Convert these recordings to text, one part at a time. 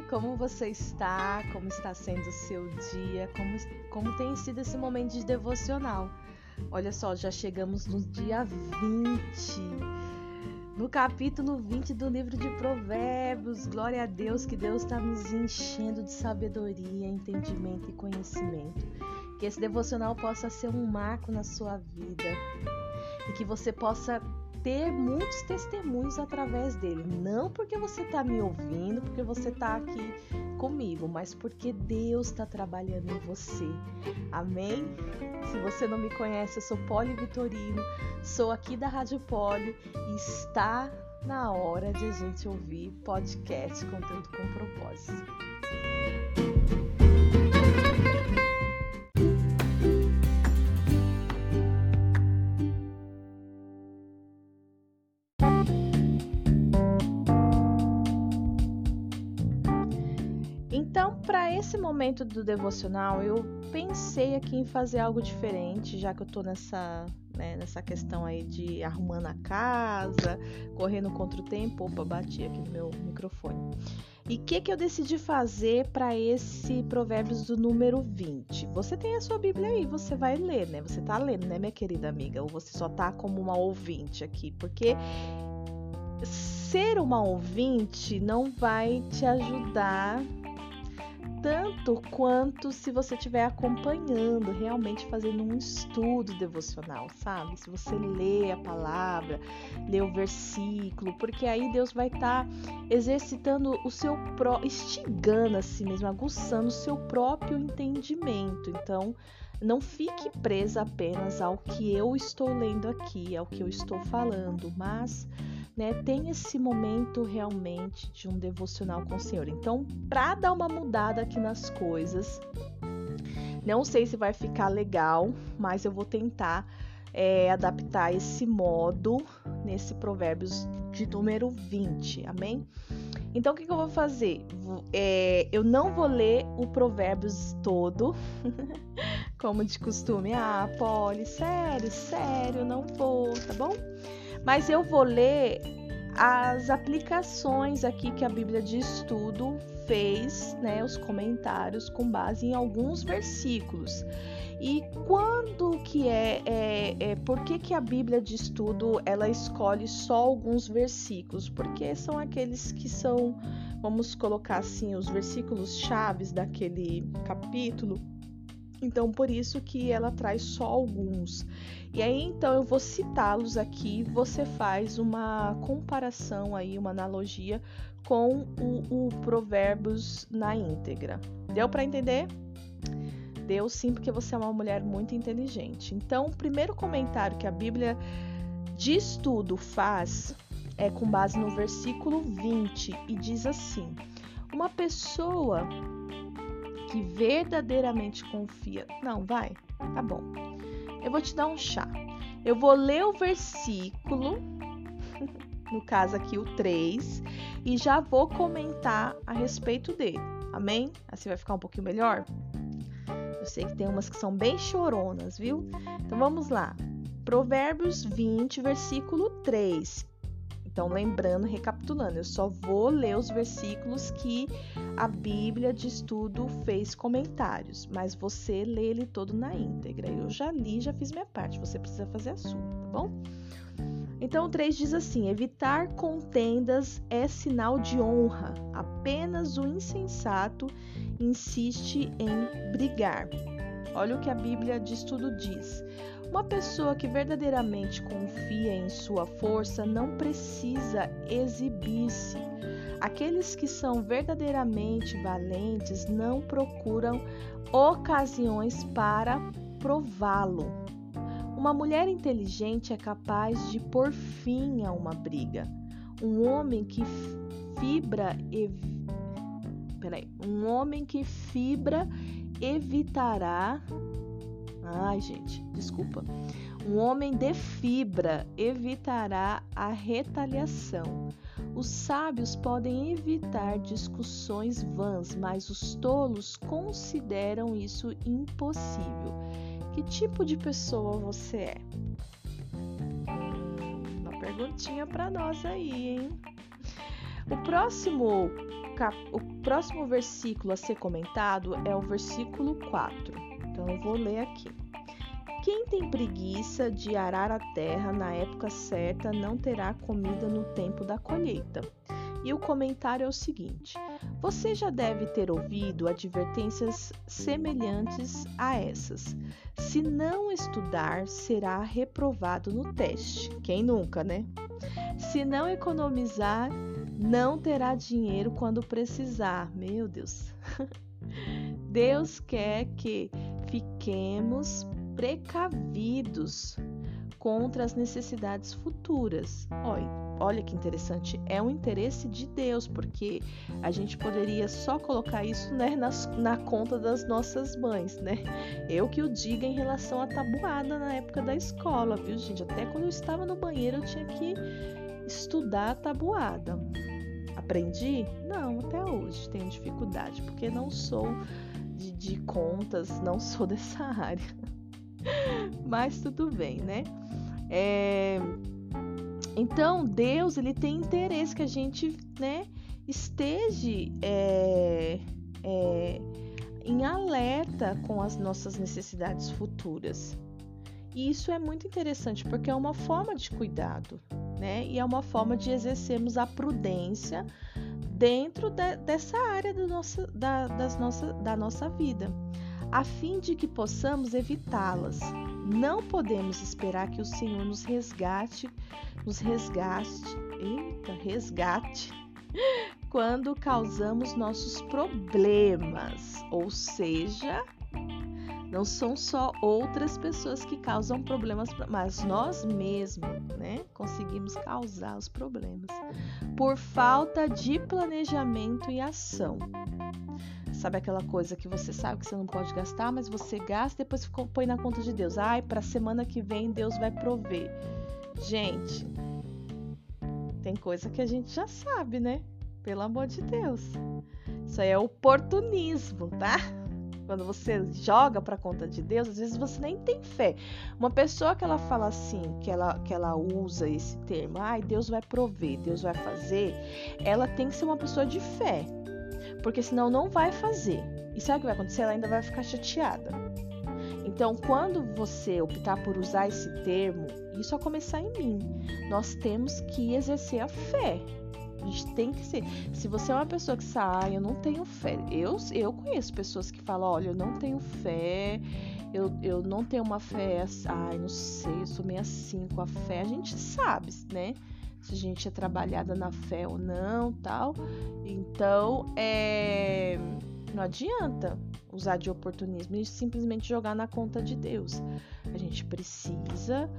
Como você está? Como está sendo o seu dia? Como tem sido esse momento de devocional? Olha só, já chegamos no dia 20, no capítulo 20 do livro de Provérbios. Glória a Deus, que Deus está nos enchendo de sabedoria, entendimento e conhecimento. Que esse devocional possa ser um marco na sua vida e que você possa ter muitos testemunhos através dele. Não porque você está me ouvindo, porque você está aqui comigo, mas porque Deus está trabalhando em você. Amém? Se você não me conhece, eu sou Poli Vitorino, sou aqui da Rádio Poli e está na hora de a gente ouvir podcast Conteúdo com Propósito. Então, para esse momento do devocional, eu pensei aqui em fazer algo diferente, já que eu tô nessa questão aí de arrumando a casa, correndo contra o tempo. Opa, bati aqui no meu microfone. E o que eu decidi fazer para esse Provérbios do número 20? Você tem a sua Bíblia aí, você vai ler, né? Você tá lendo, né, minha querida amiga? Ou você só tá como uma ouvinte aqui? Porque ser uma ouvinte não vai te ajudar tanto quanto se você estiver acompanhando, realmente fazendo um estudo devocional, sabe? Se você lê a palavra, lê o versículo, porque aí Deus vai estar exercitando o seu instigando assim mesmo, aguçando o seu próprio entendimento. Então, não fique presa apenas ao que eu estou lendo aqui, ao que eu estou falando, mas tem esse momento realmente de um devocional com o Senhor. Então, para dar uma mudada aqui nas coisas, não sei se vai ficar legal, mas eu vou tentar adaptar esse modo nesse Provérbios de número 20, amém? Então, o que eu vou fazer? Eu não vou ler o Provérbios todo, como de costume. Poli, sério, não vou, tá bom? Mas eu vou ler as aplicações aqui que a Bíblia de Estudo fez, os comentários com base em alguns versículos. E quando que por que a Bíblia de Estudo ela escolhe só alguns versículos? Porque são aqueles que são, vamos colocar assim, os versículos chaves daquele capítulo. Então, por isso que ela traz só alguns. E aí, então, eu vou citá-los aqui. Você faz uma comparação aí, uma analogia com o Provérbios na íntegra. Deu para entender? Deu sim, porque você é uma mulher muito inteligente. Então, o primeiro comentário que a Bíblia de Estudo faz é com base no versículo 20 e diz assim: uma pessoa que verdadeiramente confia... Não, vai, tá bom. Eu vou te dar um chá. Eu vou ler o versículo, no caso aqui o 3, e já vou comentar a respeito dele, amém? Assim vai ficar um pouquinho melhor? Eu sei que tem umas que são bem choronas, viu? Então vamos lá. Provérbios 20, versículo 3. Então, lembrando, recapitulando, eu só vou ler os versículos que a Bíblia de Estudo fez comentários, mas você lê ele todo na íntegra. Eu já li, já fiz minha parte, você precisa fazer a sua, tá bom? Então, o 3 diz assim: evitar contendas é sinal de honra, apenas o insensato insiste em brigar. Olha o que a Bíblia de Estudo diz. Uma pessoa que verdadeiramente confia em sua força não precisa exibir-se. Aqueles que são verdadeiramente valentes não procuram ocasiões para prová-lo. Uma mulher inteligente é capaz de pôr fim a uma briga. Um homem que evitará... Um homem de fibra evitará a retaliação. Os sábios podem evitar discussões vãs, mas os tolos consideram isso impossível. Que tipo de pessoa você é? Uma perguntinha para nós aí, hein? O próximo o próximo versículo a ser comentado é o versículo 4. Então eu vou ler aqui. Quem tem preguiça de arar a terra na época certa não terá comida no tempo da colheita. E o comentário é o seguinte: você já deve ter ouvido advertências semelhantes a essas. Se não estudar, será reprovado no teste. Quem nunca, né? Se não economizar, não terá dinheiro quando precisar. Meu Deus! Deus quer que fiquemos precavidos contra as necessidades futuras. Olha que interessante, é um interesse de Deus, porque a gente poderia só colocar isso, né, na conta das nossas mães, né? Eu que o diga em relação à tabuada na época da escola, viu, gente? Até quando eu estava no banheiro eu tinha que estudar a tabuada. Aprendi? Não, até hoje tenho dificuldade, porque não sou de contas, não sou dessa área. Mas tudo bem, né? Então, Deus, ele tem interesse que a gente, né, esteja em alerta com as nossas necessidades futuras. E isso é muito interessante, porque é uma forma de cuidado, né? E é uma forma de exercermos a prudência dentro dessa área da nossa vida, a fim de que possamos evitá-las. Não podemos esperar que o Senhor nos resgate quando causamos nossos problemas. Ou seja, não são só outras pessoas que causam problemas, mas nós mesmos, né, conseguimos causar os problemas por falta de planejamento e ação. Sabe aquela coisa que você sabe que você não pode gastar, mas você gasta e depois põe na conta de Deus. Para a semana que vem Deus vai prover. Gente, tem coisa que a gente já sabe, né? Pelo amor de Deus. Isso aí é oportunismo, tá? Quando você joga para a conta de Deus, às vezes você nem tem fé. Uma pessoa que ela fala assim, que ela usa esse termo, Deus vai prover, Deus vai fazer, ela tem que ser uma pessoa de fé. Porque senão não vai fazer. E sabe o que vai acontecer? Ela ainda vai ficar chateada. Então, quando você optar por usar esse termo, isso a começar em mim, nós temos que exercer a fé. A gente tem que ser. Se você é uma pessoa que sabe, eu não tenho fé. Eu conheço pessoas que falam, olha, eu não tenho fé, eu não tenho uma fé, não sei, eu sou meio assim com a fé. A gente sabe, né? Se a gente é trabalhada na fé ou não, tal. Então, não adianta usar de oportunismo e simplesmente jogar na conta de Deus. A gente precisa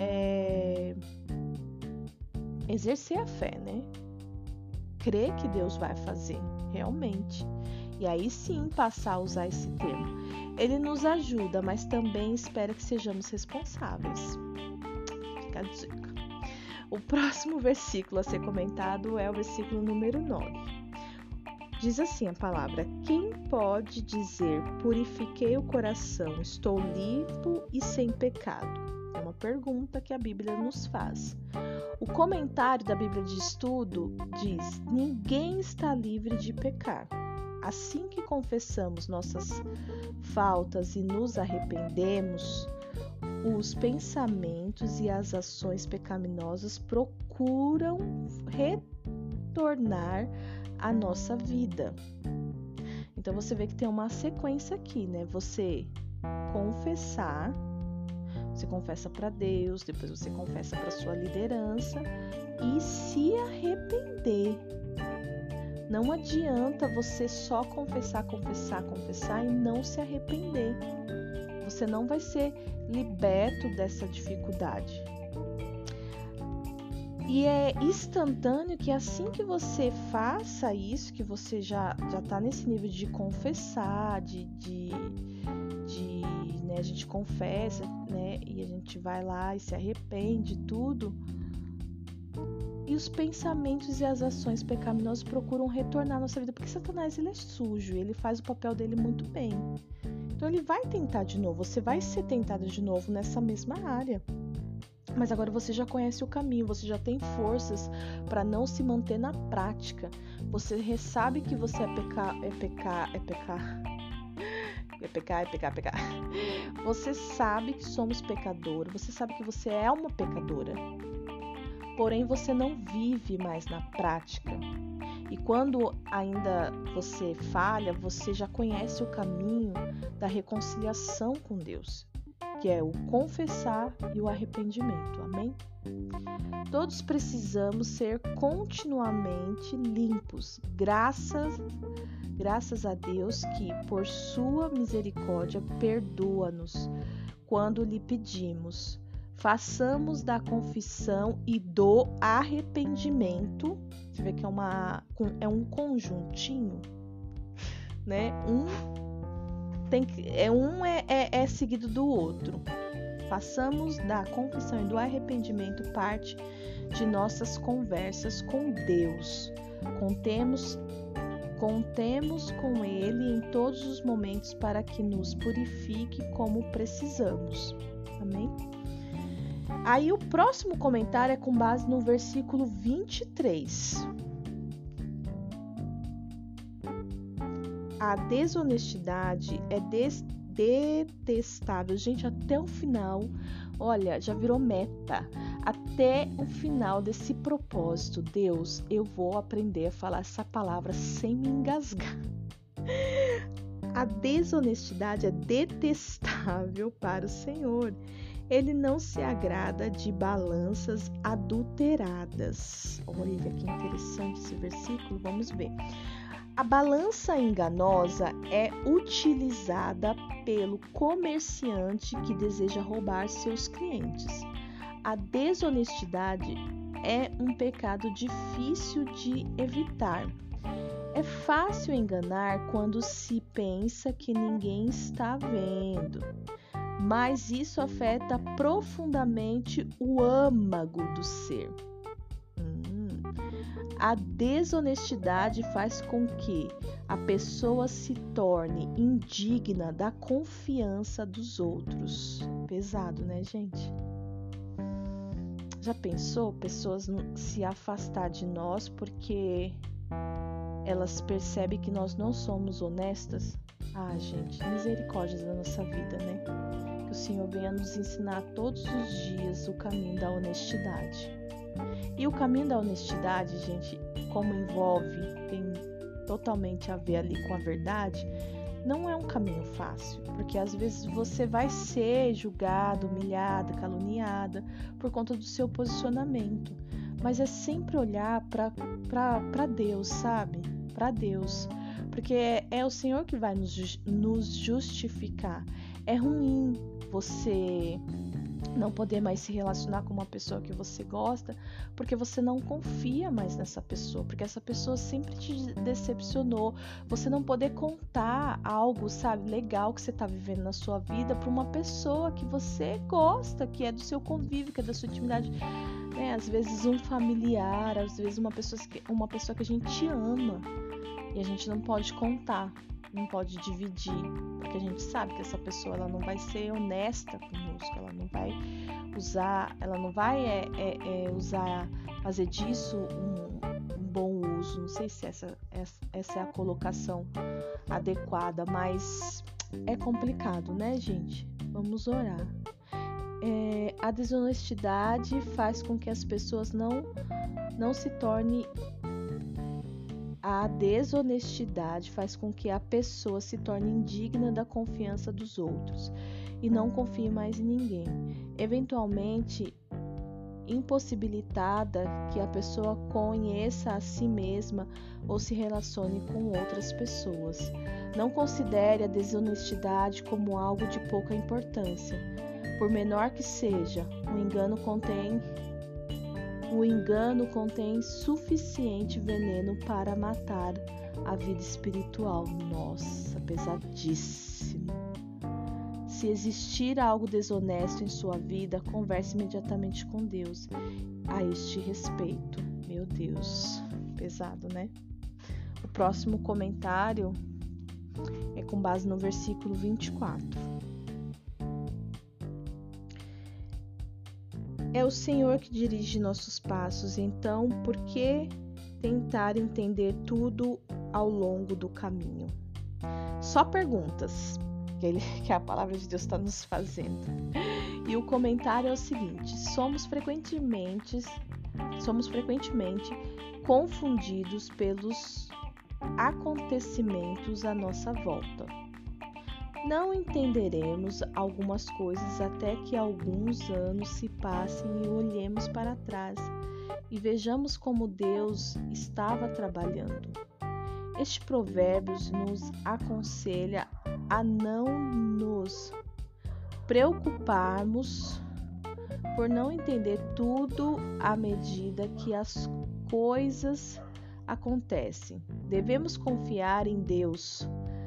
exercer a fé, né? Crer que Deus vai fazer, realmente. E aí sim passar a usar esse termo. Ele nos ajuda, mas também espera que sejamos responsáveis. Fica a dica. O próximo versículo a ser comentado é o versículo número 9. Diz assim a palavra: quem pode dizer, purifiquei o coração, estou limpo e sem pecado? É uma pergunta que a Bíblia nos faz. O comentário da Bíblia de Estudo diz: ninguém está livre de pecar. Assim que confessamos nossas faltas e nos arrependemos, os pensamentos e as ações pecaminosas procuram retornar à nossa vida. Então você vê que tem uma sequência aqui, né? Você confessar, você confessa para Deus, depois você confessa para sua liderança e se arrepender. Não adianta você só confessar e não se arrepender. Você não vai ser liberto dessa dificuldade. E é instantâneo que assim que você faça isso, que você já está nesse nível de confessar, né, a gente confessa, né, e a gente vai lá e se arrepende, tudo. E os pensamentos e as ações pecaminosas procuram retornar à nossa vida, porque Satanás, ele é sujo, ele faz o papel dele muito bem. Então ele vai tentar de novo, você vai ser tentado de novo nessa mesma área. Mas agora você já conhece o caminho, você já tem forças para não se manter na prática. Você sabe que você é pecar. Você sabe que somos pecadores, você sabe que você é uma pecadora. Porém, você não vive mais na prática. E quando ainda você falha, você já conhece o caminho da reconciliação com Deus, que é o confessar e o arrependimento. Amém? Todos precisamos ser continuamente limpos, graças a Deus que, por sua misericórdia, perdoa-nos quando lhe pedimos. Façamos da confissão e do arrependimento. Você vê que é um conjuntinho, né? Um é seguido do outro. Façamos da confissão e do arrependimento parte de nossas conversas com Deus. Contemos com Ele em todos os momentos para que nos purifique como precisamos. Amém? Aí o próximo comentário é com base no versículo 23. A desonestidade é detestável. Gente, até o final, olha, já virou meta. Até o final desse propósito, Deus, eu vou aprender a falar essa palavra sem me engasgar. A desonestidade é detestável para o Senhor. Ele não se agrada de balanças adulteradas. Olha que interessante esse versículo, vamos ver. A balança enganosa é utilizada pelo comerciante que deseja roubar seus clientes. A desonestidade é um pecado difícil de evitar. É fácil enganar quando se pensa que ninguém está vendo, mas isso afeta profundamente o âmago do ser. A desonestidade faz com que a pessoa se torne indigna da confiança dos outros. Pesado, né, gente? Já pensou pessoas se afastar de nós porque elas percebem que nós não somos honestas? Ah, gente, misericórdia da nossa vida, né? Que o Senhor venha nos ensinar todos os dias o caminho da honestidade. E o caminho da honestidade, gente, como tem totalmente a ver ali com a verdade, não é um caminho fácil, porque às vezes você vai ser julgada, humilhada, caluniada por conta do seu posicionamento, mas é sempre olhar para Deus, sabe? Para Deus, porque é o Senhor que vai nos justificar. É ruim você não poder mais se relacionar com uma pessoa que você gosta, porque você não confia mais nessa pessoa, porque essa pessoa sempre te decepcionou. Você não poder contar algo, sabe, legal que você está vivendo na sua vida para uma pessoa que você gosta, que é do seu convívio, que é da sua intimidade, né? Às vezes um familiar, às vezes uma pessoa que a gente ama e a gente não pode contar, não pode dividir, porque a gente sabe que essa pessoa ela não vai ser honesta conosco, ela não vai fazer disso um bom uso. Não sei se essa é a colocação adequada, mas é complicado, né, gente? Vamos orar. A desonestidade faz com que as pessoas não se tornem. A desonestidade faz com que a pessoa se torne indigna da confiança dos outros e não confie mais em ninguém. Eventualmente, impossibilitada que a pessoa conheça a si mesma ou se relacione com outras pessoas. Não considere a desonestidade como algo de pouca importância. Por menor que seja, o engano contém suficiente veneno para matar a vida espiritual. Nossa, pesadíssimo. Se existir algo desonesto em sua vida, converse imediatamente com Deus a este respeito. Meu Deus, pesado, né? O próximo comentário é com base no versículo 24. É o Senhor que dirige nossos passos, então por que tentar entender tudo ao longo do caminho? Só perguntas que a palavra de Deus está nos fazendo. E o comentário é o seguinte: somos frequentemente confundidos pelos acontecimentos à nossa volta. Não entenderemos algumas coisas até que alguns anos se passem e olhemos para trás e vejamos como Deus estava trabalhando. Este provérbio nos aconselha a não nos preocuparmos por não entender tudo à medida que as coisas acontecem. Devemos confiar em Deus.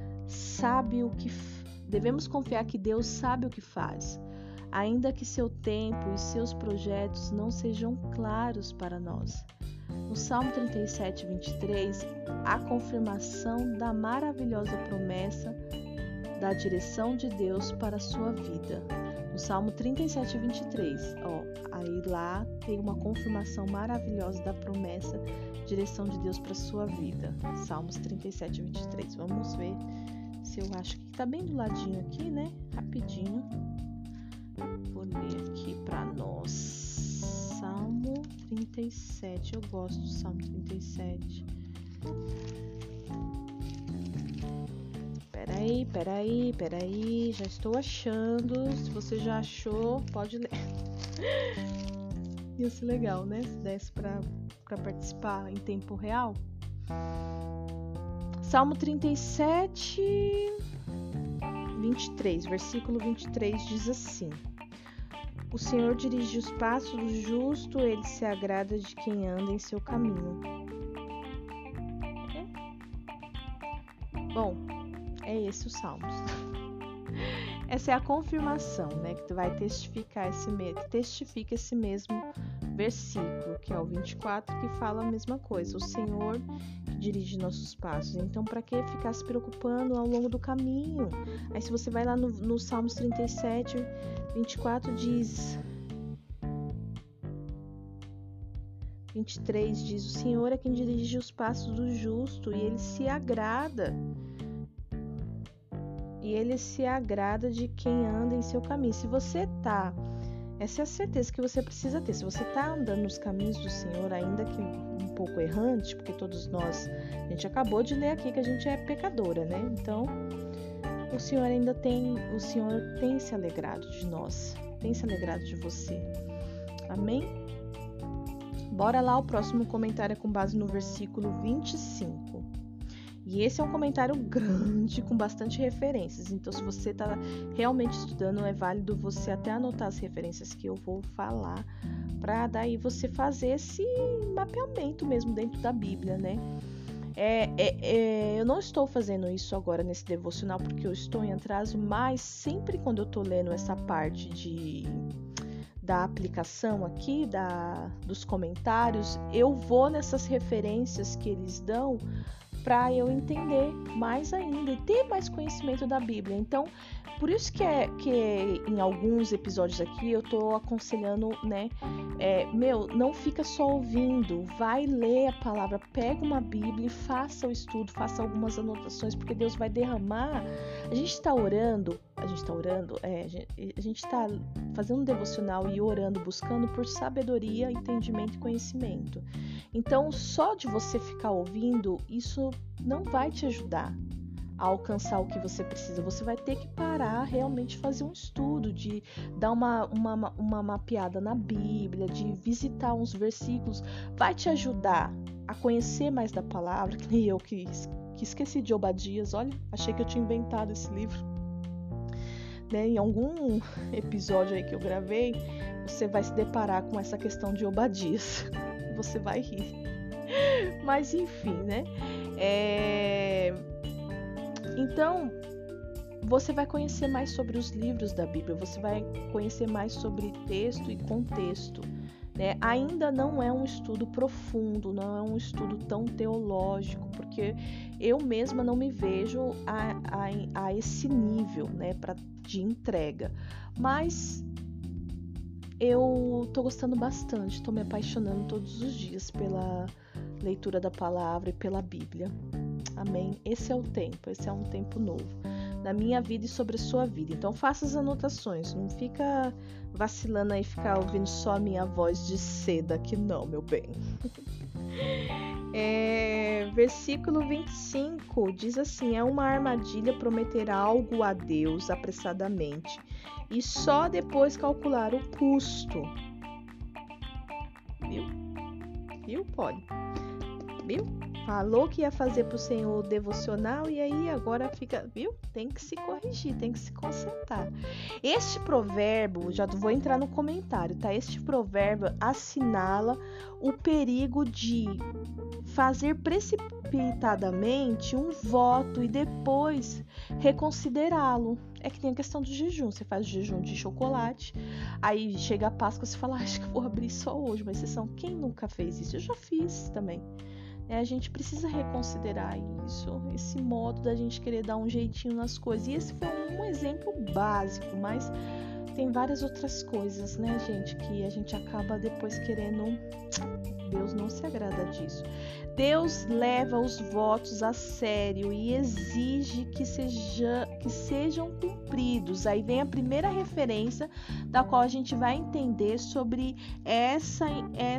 Devemos confiar que Deus sabe o que faz, ainda que seu tempo e seus projetos não sejam claros para nós. No Salmo 37, 23, a confirmação da maravilhosa promessa da direção de Deus para a sua vida. No Salmo 37, 23, aí lá tem uma confirmação maravilhosa da promessa, direção de Deus para a sua vida. Salmos 37, 23. Vamos ver se eu acho que tá bem do ladinho aqui, né? Rapidinho. Vou ler aqui para nós. Salmo 37. Eu gosto do Salmo 37. Peraí. Já estou achando. Se você já achou, pode ler. Ia ser legal, né? Se desse para participar em tempo real. Salmo 37, 23, versículo 23 diz assim: O Senhor dirige os passos do justo, ele se agrada de quem anda em seu caminho. Bom, é esse o Salmos. Essa é a confirmação, né, que vai testifica esse mesmo versículo, que é o 24, que fala a mesma coisa. O Senhor dirige nossos passos. Então, para que ficar se preocupando ao longo do caminho? Aí, se você vai lá no Salmos 37, 24 diz... 23 diz: O Senhor é quem dirige os passos do justo e ele se agrada. E ele se agrada de quem anda em seu caminho. Se você tá... Essa é a certeza que você precisa ter. Se você está andando nos caminhos do Senhor, ainda que um pouco errante, porque todos nós, a gente acabou de ler aqui que a gente é pecadora, né? Então, o Senhor tem se alegrado de nós, tem se alegrado de você. Amém? Bora lá, o próximo comentário é com base no versículo 25. E esse é um comentário grande, com bastante referências. Então, se você está realmente estudando, é válido você até anotar as referências que eu vou falar, para daí você fazer esse mapeamento mesmo dentro da Bíblia, né? Eu não estou fazendo isso agora nesse devocional porque eu estou em atraso, mas sempre quando eu estou lendo essa parte da aplicação aqui, dos comentários, eu vou nessas referências que eles dão para eu entender mais ainda e ter mais conhecimento da Bíblia. Então, por isso que em alguns episódios aqui eu tô aconselhando, né? Não fica só ouvindo, vai ler a palavra, pega uma Bíblia e faça o estudo, faça algumas anotações, porque Deus vai derramar. A gente está fazendo um devocional e orando, buscando por sabedoria, entendimento e conhecimento. Então, só de você ficar ouvindo, isso não vai te ajudar a alcançar o que você precisa. Você vai ter que parar, realmente fazer um estudo, de dar uma mapeada na Bíblia, de visitar uns versículos. Vai te ajudar a conhecer mais da palavra, que nem eu que esqueci de Obadias. Olha, achei que eu tinha inventado esse livro. Né? Em algum episódio aí que eu gravei, você vai se deparar com essa questão de Obadias. Você vai rir. Mas enfim, né? Então, você vai conhecer mais sobre os livros da Bíblia, você vai conhecer mais sobre texto e contexto, né? Ainda não é um estudo profundo, não é um estudo tão teológico, porque eu mesma não me vejo a esse nível, né, de entrega. Mas eu tô gostando bastante, tô me apaixonando todos os dias pela leitura da palavra e pela Bíblia. Amém? Esse é um tempo novo na minha vida e sobre a sua vida. Então faça as anotações, não fica vacilando aí, ficar ouvindo só a minha voz de seda aqui não, meu bem. Versículo 25 diz assim: é uma armadilha prometer algo a Deus apressadamente e só depois calcular o custo. Viu? Pode. Viu? Falou que ia fazer pro Senhor o devocional e aí agora fica, viu? Tem que se corrigir, tem que se consertar. Este provérbio, já vou entrar no comentário, tá? Este provérbio assinala o perigo de fazer precipitadamente um voto e depois reconsiderá-lo. É que tem a questão do jejum. Você faz o jejum de chocolate, aí chega a Páscoa, você fala, acho que vou abrir só hoje, mas vocês são, quem nunca fez isso? Eu já fiz também. A gente precisa reconsiderar isso, esse modo da gente querer dar um jeitinho nas coisas. E esse foi um exemplo básico, mas tem várias outras coisas, né, gente, que a gente acaba depois querendo. Deus não se agrada disso. Deus leva os votos a sério e exige que sejam cumpridos. Aí vem a primeira referência da qual a gente vai entender sobre essa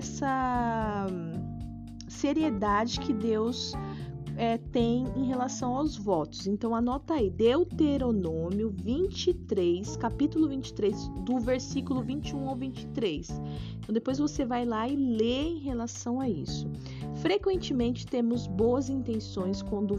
seriedade que Deus tem em relação aos votos. Então anota aí, Deuteronômio 23, capítulo 23, do versículo 21 ao 23. Então depois você vai lá e lê em relação a isso. Frequentemente temos boas intenções quando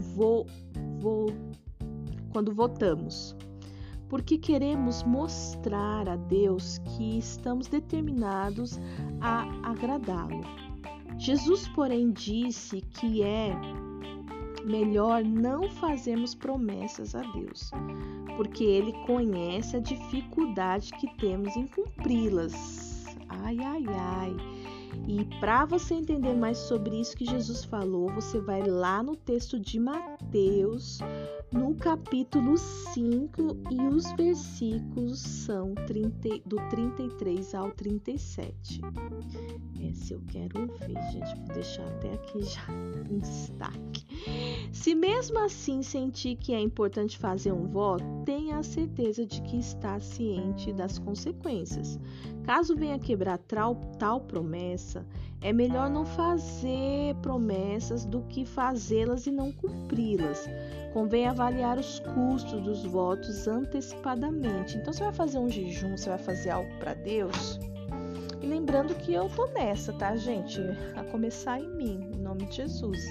votamos, porque queremos mostrar a Deus que estamos determinados a agradá-lo. Jesus, porém, disse que é melhor não fazermos promessas a Deus, porque Ele conhece a dificuldade que temos em cumpri-las. Ai. E para você entender mais sobre isso que Jesus falou, você vai lá no texto de Mateus, no capítulo 5, e os versículos são do 33 ao 37. Esse eu quero ouvir, gente. Vou deixar até aqui já em destaque. Se mesmo assim sentir que é importante fazer um voto, tenha a certeza de que está ciente das consequências. Caso venha quebrar tal promessa, é melhor não fazer promessas do que fazê-las e não cumpri-las. Convém avaliar os custos dos votos antecipadamente. Então, você vai fazer um jejum, você vai fazer algo para Deus? E lembrando que eu tô nessa, tá, gente? A começar em mim, em nome de Jesus.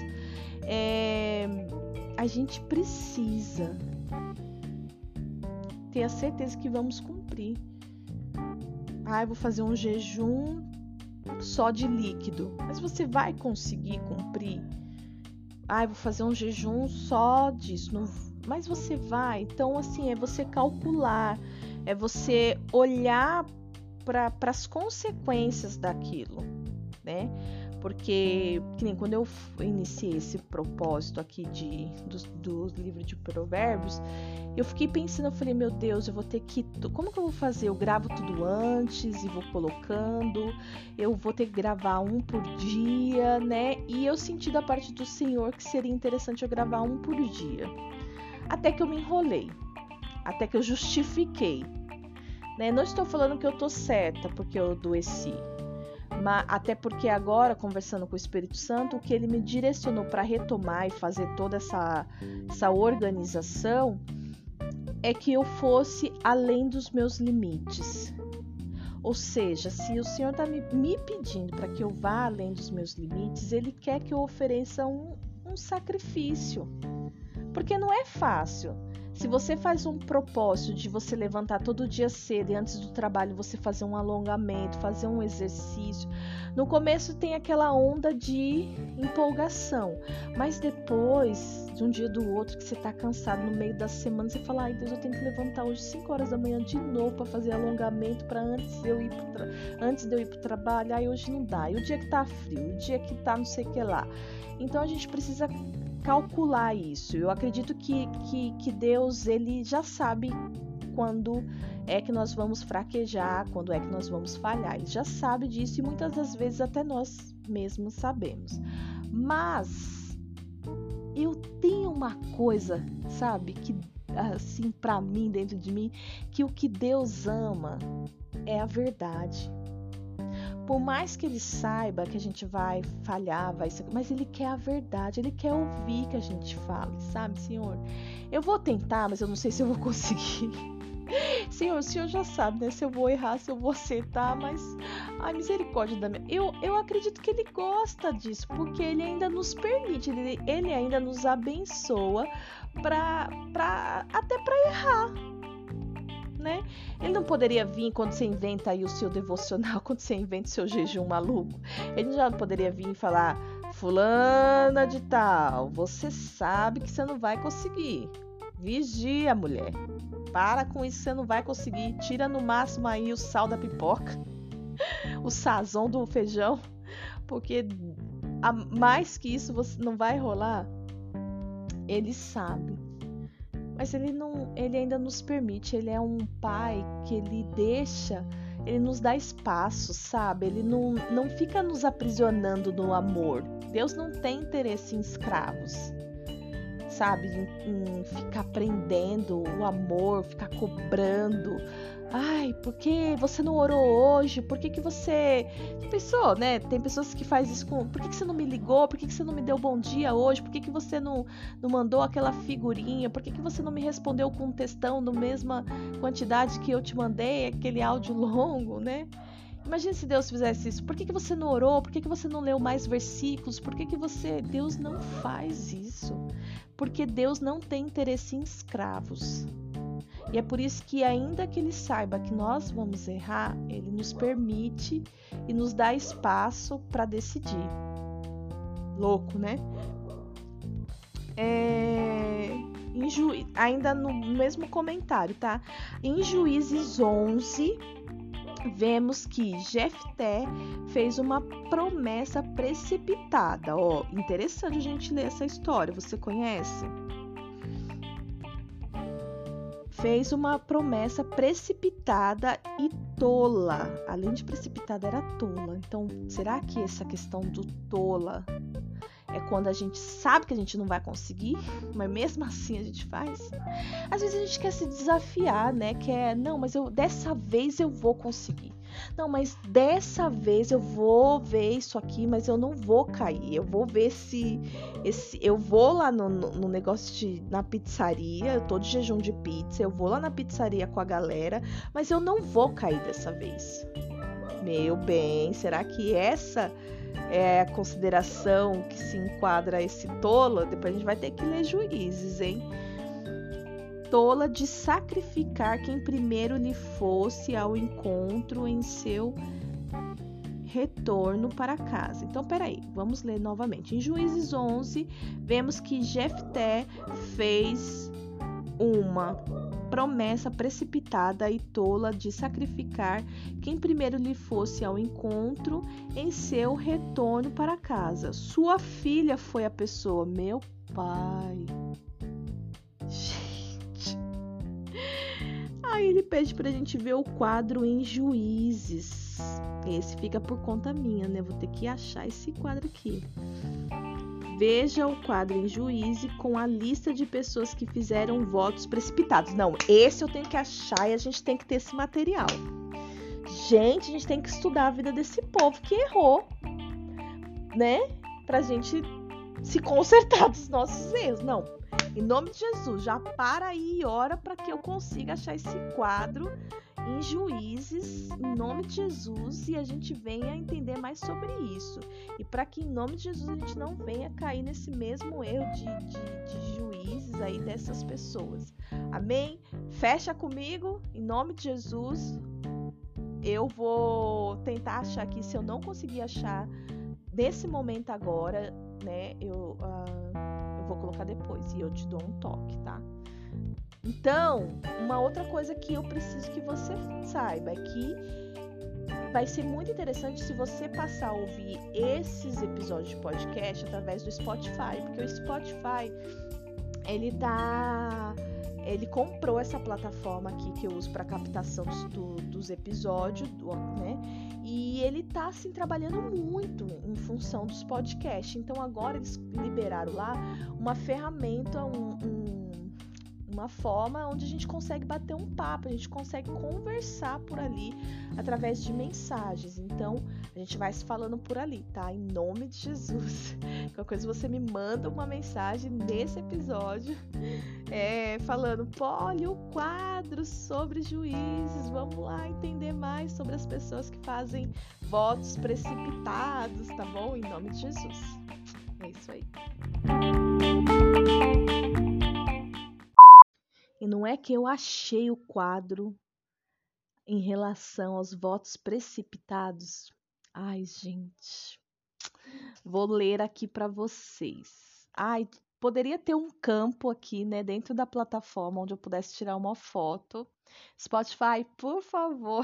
A gente precisa ter a certeza que vamos cumprir. Eu vou fazer um jejum só de líquido. Mas você vai conseguir cumprir? Eu vou fazer um jejum só disso. Mas você vai. Então, assim, é você calcular. É você olhar para as consequências daquilo, né? Porque, que nem quando eu iniciei esse propósito aqui do livro de Provérbios, eu fiquei pensando, eu falei, meu Deus, eu vou ter que... Como que eu vou fazer? Eu gravo tudo antes e vou colocando, eu vou ter que gravar um por dia, né? E eu senti da parte do Senhor que seria interessante eu gravar um por dia. Até que eu me enrolei, até que eu justifiquei, né? Não estou falando que eu tô certa porque eu adoeci, mas até porque agora, conversando com o Espírito Santo, o que ele me direcionou para retomar e fazer toda essa organização é que eu fosse além dos meus limites. Ou seja, se o Senhor está me pedindo para que eu vá além dos meus limites, Ele quer que eu ofereça um sacrifício. Porque não é fácil. Se você faz um propósito de você levantar todo dia cedo e antes do trabalho você fazer um alongamento, fazer um exercício, no começo tem aquela onda de empolgação, mas depois, de um dia do outro, que você tá cansado no meio da semana, você fala, ai Deus, eu tenho que levantar hoje 5 horas da manhã de novo para fazer alongamento para antes de eu ir pro trabalho, ai hoje não dá, e o dia que tá frio, o dia que tá não sei o que lá. Então a gente precisa calcular isso. Eu acredito que Deus, ele já sabe quando é que nós vamos fraquejar, quando é que nós vamos falhar. Ele já sabe disso e muitas das vezes até nós mesmos sabemos. Mas eu tenho uma coisa, sabe, que assim pra mim, dentro de mim, que o que Deus ama é a verdade. Por mais que ele saiba que a gente vai falhar, mas ele quer a verdade, ele quer ouvir que a gente fale, sabe, Senhor? Eu vou tentar, mas eu não sei se eu vou conseguir. Senhor, o Senhor já sabe, né? Se eu vou errar, se eu vou acertar, mas ai, misericórdia da minha. Eu acredito que ele gosta disso, porque ele ainda nos permite, ele ainda nos abençoa até para errar. Né? Ele não poderia vir quando você inventa aí o seu devocional, quando você inventa o seu jejum maluco. Ele já não poderia vir e falar: fulana de tal, você sabe que você não vai conseguir. Vigia, mulher. Para com isso, você não vai conseguir. Tira no máximo aí o sal da pipoca, o sazon do feijão, porque mais que isso você não vai rolar. Ele sabe. Mas ele ainda nos permite, ele é um pai que ele nos dá espaço, sabe? Ele não fica nos aprisionando no amor. Deus não tem interesse em escravos, sabe? Em ficar prendendo o amor, ficar cobrando. Ai, por que você não orou hoje? Por que você... Pensou, né? Tem pessoas que fazem isso com... Por que você não me ligou? Por que você não me deu bom dia hoje? Por que você não mandou aquela figurinha? Por que você não me respondeu com um textão da mesma quantidade que eu te mandei? Aquele áudio longo, né? Imagina se Deus fizesse isso. Por que você não orou? Por que você não leu mais versículos? Por que você... Deus não faz isso. Porque Deus não tem interesse em escravos. E é por isso que, ainda que ele saiba que nós vamos errar, ele nos permite e nos dá espaço para decidir. Louco, né? Ainda no mesmo comentário, tá? Em Juízes 11, vemos que Jefté fez uma promessa precipitada. Ó, interessante a gente ler essa história. Você conhece? Fez uma promessa precipitada e tola. Além de precipitada, era tola. Então, será que essa questão do tola é quando a gente sabe que a gente não vai conseguir, mas mesmo assim a gente faz? Às vezes a gente quer se desafiar, né? Não, mas dessa vez eu vou conseguir. Não, mas dessa vez eu vou ver isso aqui, mas eu não vou cair. Eu vou ver eu vou lá no negócio na pizzaria, eu tô de jejum de pizza, eu vou lá na pizzaria com a galera, mas eu não vou cair dessa vez. Meu bem, será que essa é a consideração que se enquadra a esse tolo? Depois a gente vai ter que ler Juízes, hein? Tola de sacrificar quem primeiro lhe fosse ao encontro em seu retorno para casa. Então, peraí, vamos ler novamente. Em Juízes 11, vemos que Jefté fez uma promessa precipitada e tola de sacrificar quem primeiro lhe fosse ao encontro em seu retorno para casa. Sua filha foi a pessoa. Meu pai... Aí ele pede pra gente ver o quadro em Juízes. Esse fica por conta minha, né? Vou ter que achar esse quadro aqui. Veja o quadro em Juízes com a lista de pessoas que fizeram votos precipitados. Não, esse eu tenho que achar e a gente tem que ter esse material. Gente, a gente tem que estudar a vida desse povo que errou, né? Pra gente se consertar dos nossos erros. Não. Em nome de Jesus, já para aí e ora para que eu consiga achar esse quadro em Juízes, em nome de Jesus, e a gente venha entender mais sobre isso. E para que, em nome de Jesus, a gente não venha cair nesse mesmo erro de Juízes aí dessas pessoas. Amém? Fecha comigo, em nome de Jesus. Eu vou tentar achar aqui, se eu não conseguir achar nesse momento agora, né, eu vou colocar depois e eu te dou um toque, tá? Então, uma outra coisa que eu preciso que você saiba é que vai ser muito interessante se você passar a ouvir esses episódios de podcast através do Spotify, porque o Spotify, ele dá Ele comprou essa plataforma aqui que eu uso para captação dos episódios, né? E ele tá assim trabalhando muito em função dos podcasts. Então agora eles liberaram lá uma ferramenta, uma forma onde a gente consegue bater um papo, a gente consegue conversar por ali através de mensagens. Então, a gente vai se falando por ali, tá? Em nome de Jesus. Qualquer coisa você me manda uma mensagem nesse episódio, falando, Polly, o quadro sobre juízes, vamos lá entender mais sobre as pessoas que fazem votos precipitados, tá bom? Em nome de Jesus. É isso aí. E não é que eu achei o quadro em relação aos votos precipitados. Ai, gente. Vou ler aqui para vocês. Ai, poderia ter um campo aqui, né, dentro da plataforma onde eu pudesse tirar uma foto. Spotify, por favor,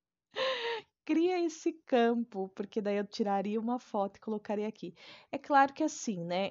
cria esse campo, porque daí eu tiraria uma foto e colocaria aqui. É claro que assim, né,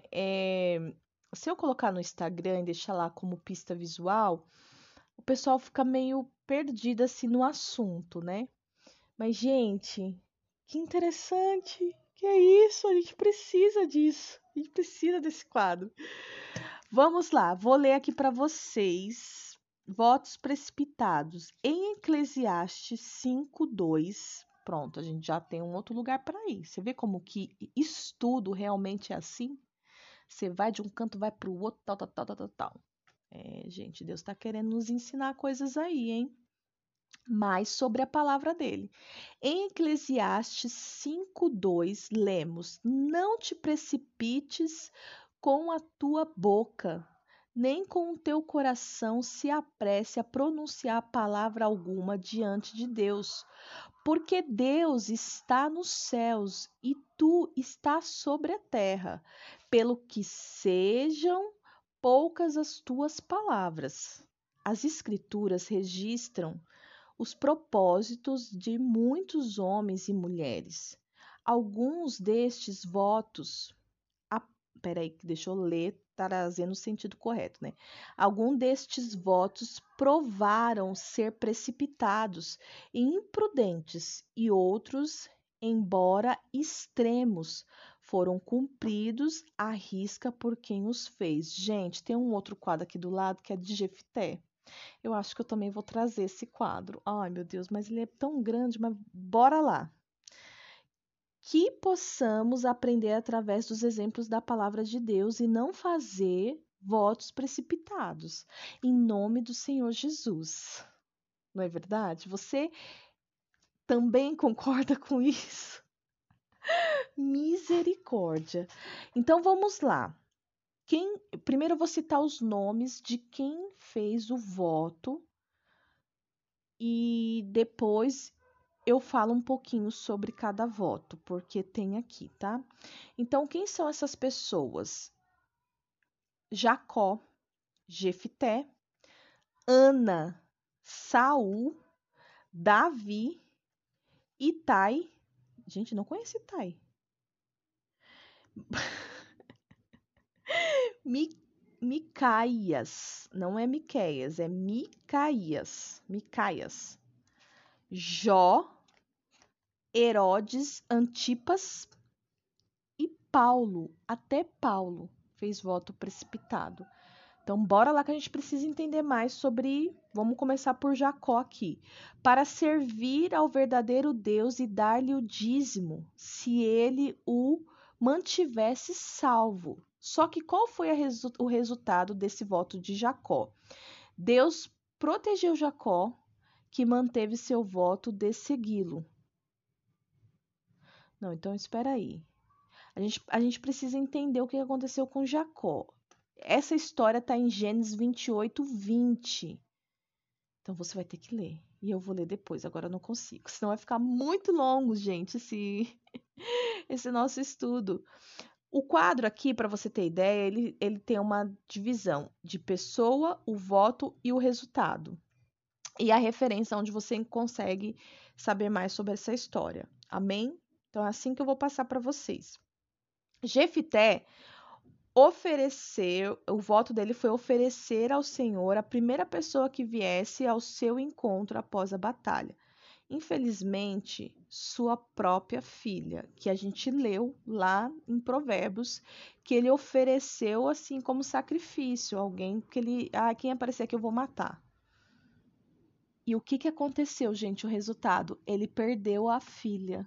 se eu colocar no Instagram e deixar lá como pista visual, o pessoal fica meio perdido assim no assunto, né? Mas, gente, que interessante! Que é isso? A gente precisa disso. A gente precisa desse quadro. Vamos lá, vou ler aqui para vocês. Votos precipitados. Em Eclesiastes 5:2. Pronto, a gente já tem um outro lugar para ir. Você vê como que estudo realmente é assim? Você vai de um canto, vai para o outro, tal. Gente, Deus está querendo nos ensinar coisas aí, hein? Mais sobre a palavra dele. Em Eclesiastes 5:2, lemos: Não te precipites com a tua boca, nem com o teu coração se apresse a pronunciar palavra alguma diante de Deus, porque Deus está nos céus e tu estás sobre a terra, pelo que sejam poucas as tuas palavras. As Escrituras registram os propósitos de muitos homens e mulheres. Alguns destes votos. Peraí, deixa eu ler, trazendo o sentido correto, né? Alguns destes votos provaram ser precipitados e imprudentes, e outros, embora extremos, foram cumpridos à risca por quem os fez. Gente, tem um outro quadro aqui do lado que é de Jefté. Eu acho que eu também vou trazer esse quadro. Ai, meu Deus, mas ele é tão grande, mas bora lá. Que possamos aprender através dos exemplos da palavra de Deus e não fazer votos precipitados, em nome do Senhor Jesus. Não é verdade? Você também concorda com isso? Misericórdia. Então vamos lá. Primeiro eu vou citar os nomes de quem fez o voto e depois eu falo um pouquinho sobre cada voto, porque tem aqui, tá? Então, quem são essas pessoas? Jacó, Jefté, Ana, Saul, Davi, Itai. Gente, não conheci Itai. Micaias, não é Miqueias, é Micaias. Jó, Herodes, Antipas e Paulo. Até Paulo fez voto precipitado. Então, bora lá que a gente precisa entender mais sobre. Vamos começar por Jacó aqui. Para servir ao verdadeiro Deus e dar-lhe o dízimo, se ele o mantivesse salvo. Só que qual foi o resultado desse voto de Jacó? Deus protegeu Jacó, que manteve seu voto de segui-lo. Não, então espera aí. A gente precisa entender o que aconteceu com Jacó. Essa história está em Gênesis 28:20. Então você vai ter que ler. E eu vou ler depois, agora eu não consigo. Senão vai ficar muito longo, gente, esse nosso estudo. O quadro aqui, para você ter ideia, ele tem uma divisão de pessoa, o voto e o resultado. E a referência onde você consegue saber mais sobre essa história. Amém? Então é assim que eu vou passar para vocês. Jefté, o voto dele foi oferecer ao Senhor a primeira pessoa que viesse ao seu encontro após a batalha. Infelizmente, sua própria filha, que a gente leu lá em Provérbios, que ele ofereceu assim como sacrifício, alguém que ele, quem aparecer aqui eu vou matar. E o que que aconteceu, gente? O resultado, ele perdeu a filha.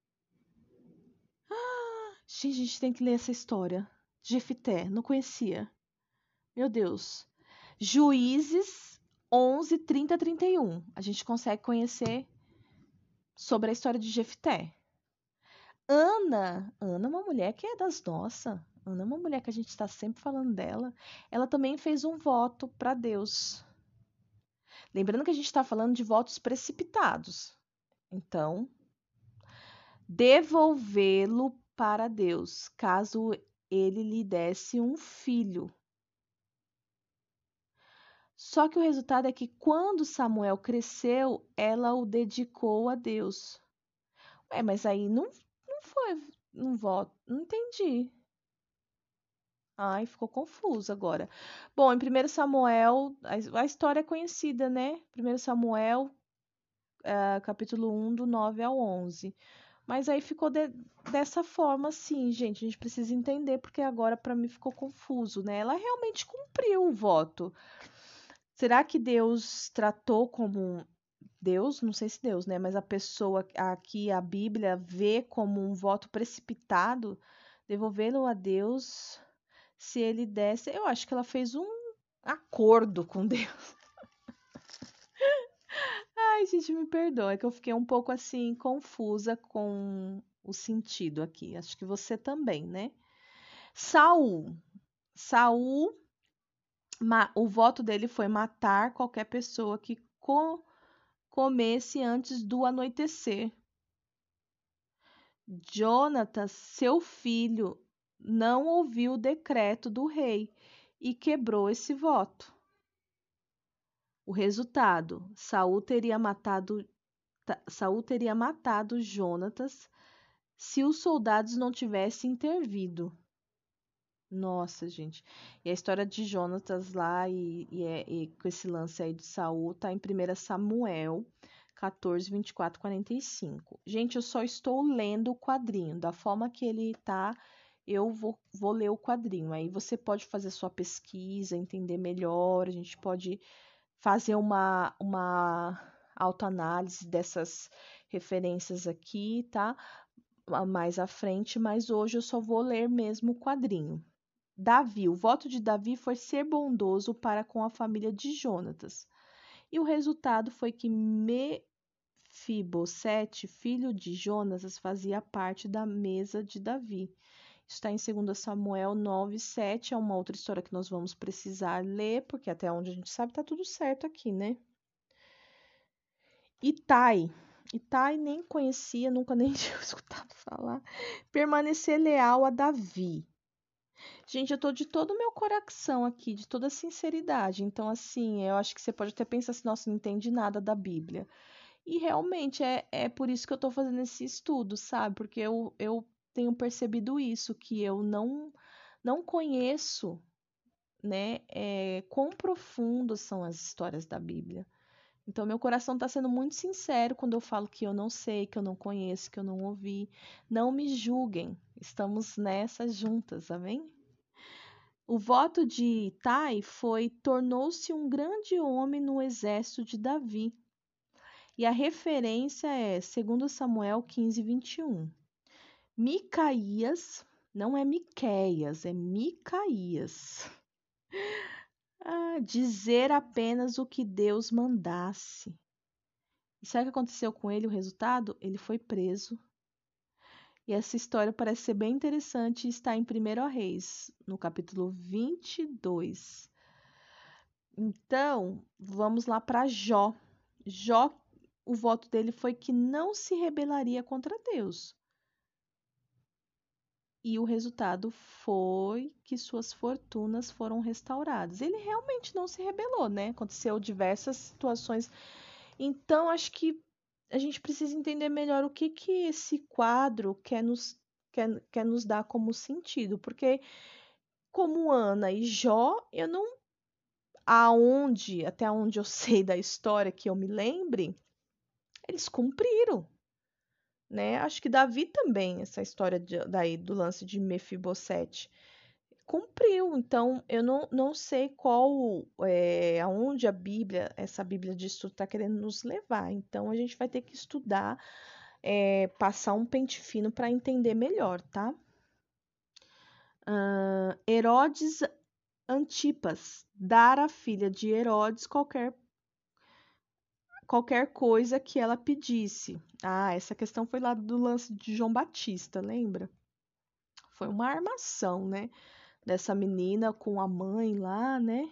Gente, a gente tem que ler essa história. Jefité, não conhecia. Meu Deus. Juízes 11, 30, 31. A gente consegue conhecer sobre a história de Jefité. Ana é uma mulher que é das nossas. Ana é uma mulher que a gente está sempre falando dela. Ela também fez um voto para Deus. Lembrando que a gente está falando de votos precipitados. Então, devolvê-lo para Deus, caso ele lhe desse um filho. Só que o resultado é que quando Samuel cresceu, ela o dedicou a Deus. Mas aí não foi um voto. Não entendi. Ai, ficou confuso agora. Bom, em 1 Samuel, a história é conhecida, né? 1 Samuel, capítulo 1, do 9 ao 11. Mas aí ficou dessa forma, assim, gente. A gente precisa entender, porque agora para mim ficou confuso, né? Ela realmente cumpriu o voto. Será que Deus tratou como Deus, não sei se Deus, né? Mas a pessoa aqui, a Bíblia, vê como um voto precipitado, devolvê-lo a Deus, se ele desse. Eu acho que ela fez um acordo com Deus. Ai, gente, me perdoa, é que eu fiquei um pouco assim, confusa com o sentido aqui. Acho que você também, né? Saul. Saul, o voto dele foi matar qualquer pessoa que comesse antes do anoitecer. Jonatas, seu filho, não ouviu o decreto do rei e quebrou esse voto. O resultado, Saul teria matado Jonatas se os soldados não tivessem intervido. Nossa, gente. E a história de Jonatas lá e com esse lance aí de Saul tá em 1 Samuel 14, 24, 45. Gente, eu só estou lendo o quadrinho. Da forma que ele tá, eu vou ler o quadrinho. Aí você pode fazer sua pesquisa, entender melhor. A gente pode fazer uma autoanálise dessas referências aqui, tá? Mais à frente, mas hoje eu só vou ler mesmo o quadrinho. Davi, o voto de Davi foi ser bondoso para com a família de Jonatas. E o resultado foi que Mefibosete, filho de Jonatas, fazia parte da mesa de Davi. Isso está em 2 Samuel 9, 7. É uma outra história que nós vamos precisar ler, porque até onde a gente sabe está tudo certo aqui, né? Itai. Itai nem conhecia, nunca nem tinha escutado falar. Permanecer leal a Davi. Gente, eu tô de todo o meu coração aqui, de toda a sinceridade. Então, assim, eu acho que você pode até pensar assim, nossa, não entende nada da Bíblia. E realmente é por isso que eu tô fazendo esse estudo, sabe? Porque eu tenho percebido isso, que eu não conheço, né, quão profundas são as histórias da Bíblia. Então, meu coração está sendo muito sincero quando eu falo que eu não sei, que eu não conheço, que eu não ouvi. Não me julguem. Estamos nessa juntas, amém? O voto de Itai foi: tornou-se um grande homem no exército de Davi. E a referência é 2 Samuel 15, 21. Micaías, não é Miqueias, é Micaías. Dizer apenas o que Deus mandasse. E sabe o que aconteceu com ele? O resultado? Ele foi preso. E essa história parece ser bem interessante e está em 1 Reis, no capítulo 22. Então, vamos lá para Jó. Jó, o voto dele foi que não se rebelaria contra Deus. E o resultado foi que suas fortunas foram restauradas. Ele realmente não se rebelou, né? Aconteceu diversas situações. Então, acho que a gente precisa entender melhor o que esse quadro quer nos dar como sentido. Porque como Ana e Jó, eu não, até onde eu sei da história que eu me lembre, eles cumpriram, né? Acho que Davi também, essa história daí do lance de Mefibosete, cumpriu. Então, eu não sei aonde essa Bíblia de estudo está querendo nos levar. Então, a gente vai ter que estudar, passar um pente fino para entender melhor, tá? Herodes Antipas, dar à filha de Herodes qualquer coisa que ela pedisse. Ah, essa questão foi lá do lance de João Batista, lembra? Foi uma armação, né? Dessa menina com a mãe lá, né?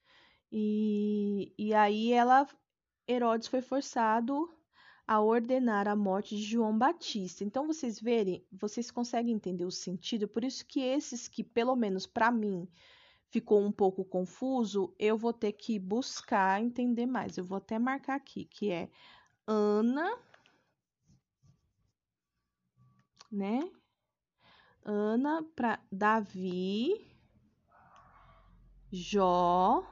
E aí Herodes foi forçado a ordenar a morte de João Batista. Então vocês conseguem entender o sentido, por isso que esses que, pelo menos para mim, ficou um pouco confuso, eu vou ter que buscar entender mais. Eu vou até marcar aqui, que é Ana, né? Ana para Davi, Jó,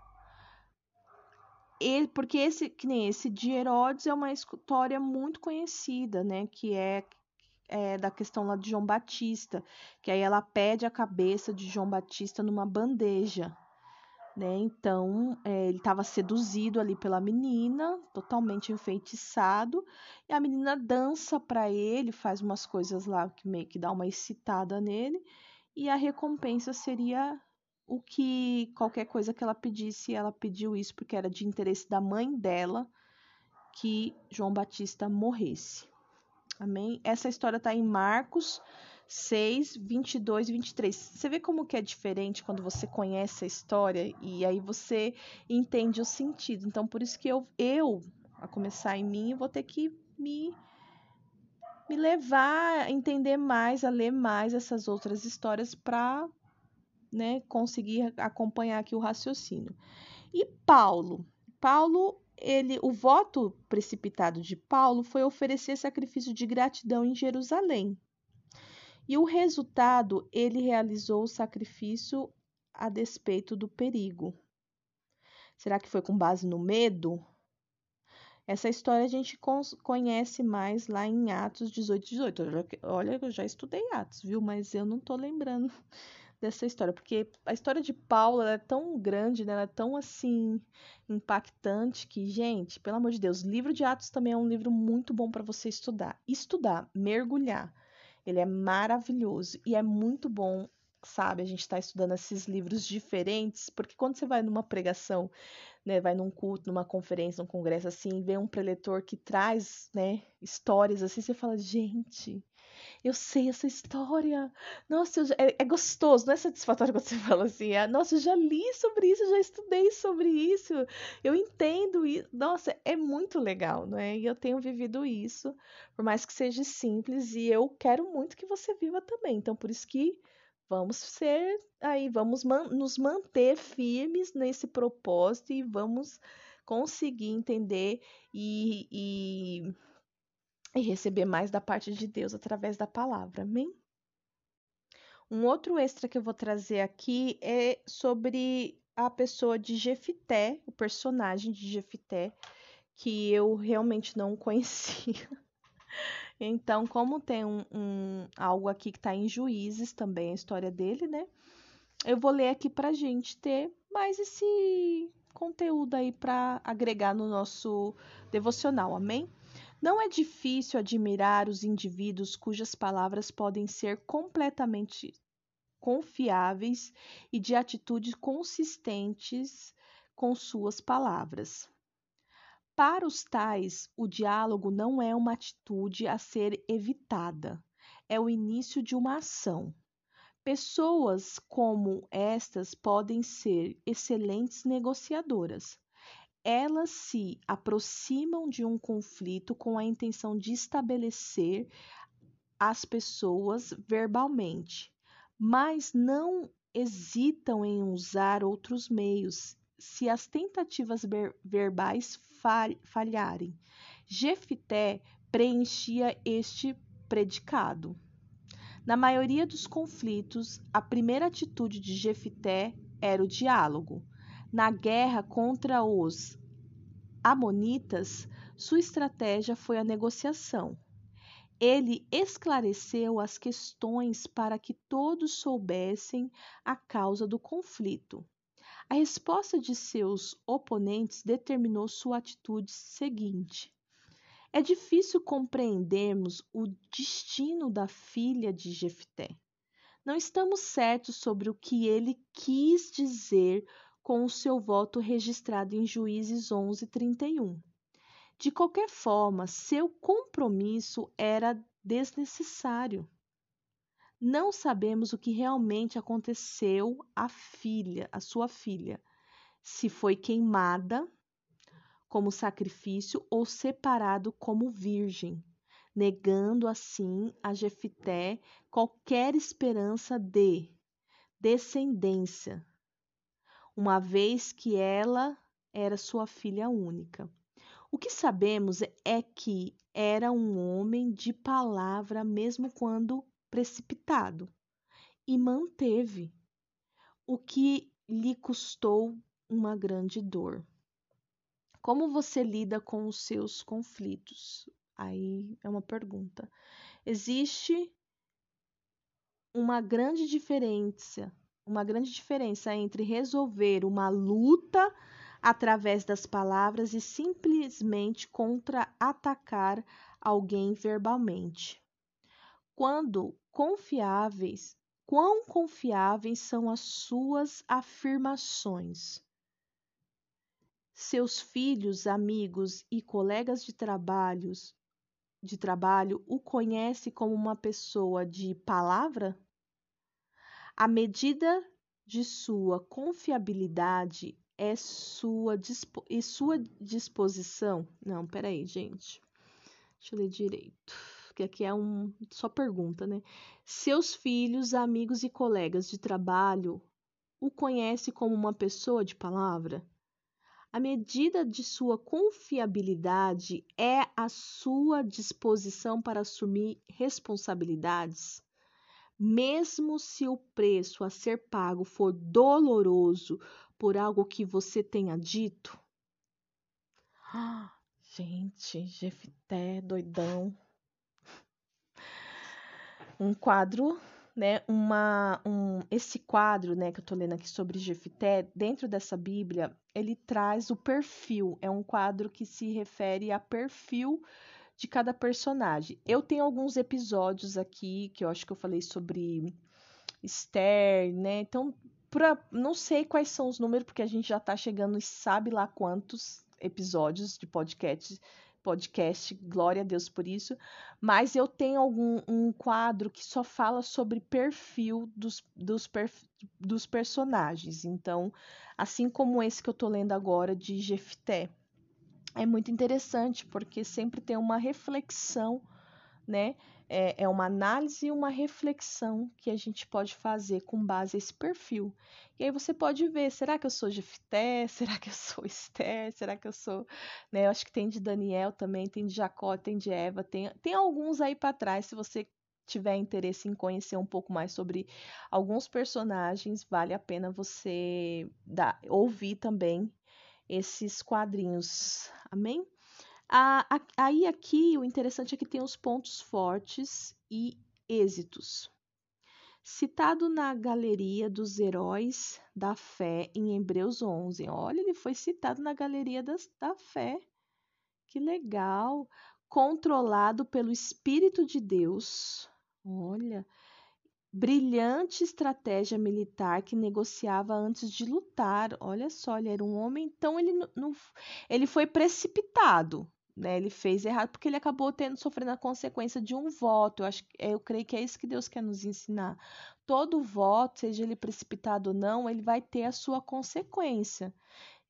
porque que nem esse de Herodes é uma história muito conhecida, né? Que é da questão lá de João Batista, que aí ela pede a cabeça de João Batista numa bandeja, né? Então, ele estava seduzido ali pela menina, totalmente enfeitiçado, e a menina dança para ele, faz umas coisas lá que meio que dá uma excitada nele, e a recompensa seria o que qualquer coisa que ela pedisse, ela pediu isso porque era de interesse da mãe dela que João Batista morresse. Amém? Essa história está em Marcos 6, 22 e 23. Você vê como que é diferente quando você conhece a história e aí você entende o sentido. Então, por isso que a começar em mim, vou ter que me levar a entender mais, a ler mais essas outras histórias para, né, conseguir acompanhar aqui o raciocínio. E Paulo? O voto precipitado de Paulo foi oferecer sacrifício de gratidão em Jerusalém. E o resultado, ele realizou o sacrifício a despeito do perigo. Será que foi com base no medo? Essa história a gente conhece mais lá em Atos 18, 18. Olha, eu já estudei Atos, viu? Mas eu não tô lembrando dessa história, porque a história de Paulo é tão grande, né? Ela é tão assim impactante que, gente, pelo amor de Deus, livro de Atos também é um livro muito bom para você estudar, mergulhar. Ele é maravilhoso e é muito bom, sabe? A gente está estudando esses livros diferentes, porque quando você vai numa pregação, né, vai num culto, numa conferência, num congresso assim, vê um preletor que traz, né, histórias assim, você fala, gente, eu sei essa história. Nossa, é gostoso, não é satisfatório quando você fala assim, nossa, eu já li sobre isso, eu já estudei sobre isso, eu entendo isso. Nossa, é muito legal, não é? E eu tenho vivido isso, por mais que seja simples, e eu quero muito que você viva também. Então, por isso que vamos nos manter firmes nesse propósito e vamos conseguir entender e receber mais da parte de Deus através da palavra. Amém? Um outro extra que eu vou trazer aqui é sobre a pessoa de Jefité, o personagem de Jefité, que eu realmente não conhecia. Então, como tem algo aqui que está em Juízes também, a história dele, né? Eu vou ler aqui para a gente ter mais esse conteúdo aí para agregar no nosso devocional, amém? Não é difícil admirar os indivíduos cujas palavras podem ser completamente confiáveis e de atitudes consistentes com suas palavras. Para os tais, o diálogo não é uma atitude a ser evitada, é o início de uma ação. Pessoas como estas podem ser excelentes negociadoras. Elas se aproximam de um conflito com a intenção de estabelecer as pessoas verbalmente, mas não hesitam em usar outros meios se as tentativas verbais falharem. Jefité preenchia este predicado. Na maioria dos conflitos, a primeira atitude de Jefité era o diálogo. Na guerra contra os amonitas, sua estratégia foi a negociação. Ele esclareceu as questões para que todos soubessem a causa do conflito. A resposta de seus oponentes determinou sua atitude seguinte. É difícil compreendermos o destino da filha de Jefté. Não estamos certos sobre o que ele quis dizer com o seu voto registrado em Juízes 11:31. De qualquer forma, seu compromisso era desnecessário. Não sabemos o que realmente aconteceu à sua filha, se foi queimada como sacrifício ou separado como virgem, negando assim a Jefité qualquer esperança de descendência, uma vez que ela era sua filha única. O que sabemos é que era um homem de palavra, mesmo quando precipitado, e manteve, o que lhe custou uma grande dor. Como você lida com os seus conflitos? Aí é uma pergunta. Existe uma grande diferença entre resolver uma luta através das palavras e simplesmente contra-atacar alguém verbalmente. Quão confiáveis são as suas afirmações? Seus filhos, amigos e colegas de trabalho o conhecem como uma pessoa de palavra? A medida de sua confiabilidade é sua disposição. Não, peraí, gente. Deixa eu ler direito. Porque aqui é só pergunta, né? Seus filhos, amigos e colegas de trabalho o conhecem como uma pessoa de palavra? A medida de sua confiabilidade é a sua disposição para assumir responsabilidades, mesmo se o preço a ser pago for doloroso por algo que você tenha dito. Gente, Jefté, doidão. Um quadro, né? Esse quadro, né, que eu tô lendo aqui sobre Jefté, dentro dessa Bíblia, ele traz o perfil. É um quadro que se refere a perfil de cada personagem. Eu tenho alguns episódios aqui que eu acho que eu falei sobre Esther, né? Então, não sei quais são os números, porque a gente já tá chegando e sabe lá quantos episódios de podcast, glória a Deus por isso, mas eu tenho um quadro que só fala sobre perfil dos personagens. Então, assim como esse que eu tô lendo agora de Jefté, é muito interessante porque sempre tem uma reflexão, né? É uma análise e uma reflexão que a gente pode fazer com base nesse perfil. E aí você pode ver, será que eu sou Jefté? Será que eu sou Esther? Será que eu sou... Né? Eu acho que tem de Daniel também, tem de Jacó, tem de Eva, tem alguns aí para trás, se você tiver interesse em conhecer um pouco mais sobre alguns personagens, vale a pena você ouvir também esses quadrinhos. Amém? Aí aqui o interessante é que tem os pontos fortes e êxitos. Citado na Galeria dos Heróis da Fé em Hebreus 11. Olha, ele foi citado na Galeria da Fé. Que legal! Controlado pelo Espírito de Deus. Olha, brilhante estratégia militar que negociava antes de lutar. Olha só, ele era um homem, então ele foi precipitado, né? Ele fez errado porque ele acabou sofrendo a consequência de um voto. Eu creio que é isso que Deus quer nos ensinar. Todo voto, seja ele precipitado ou não, ele vai ter a sua consequência.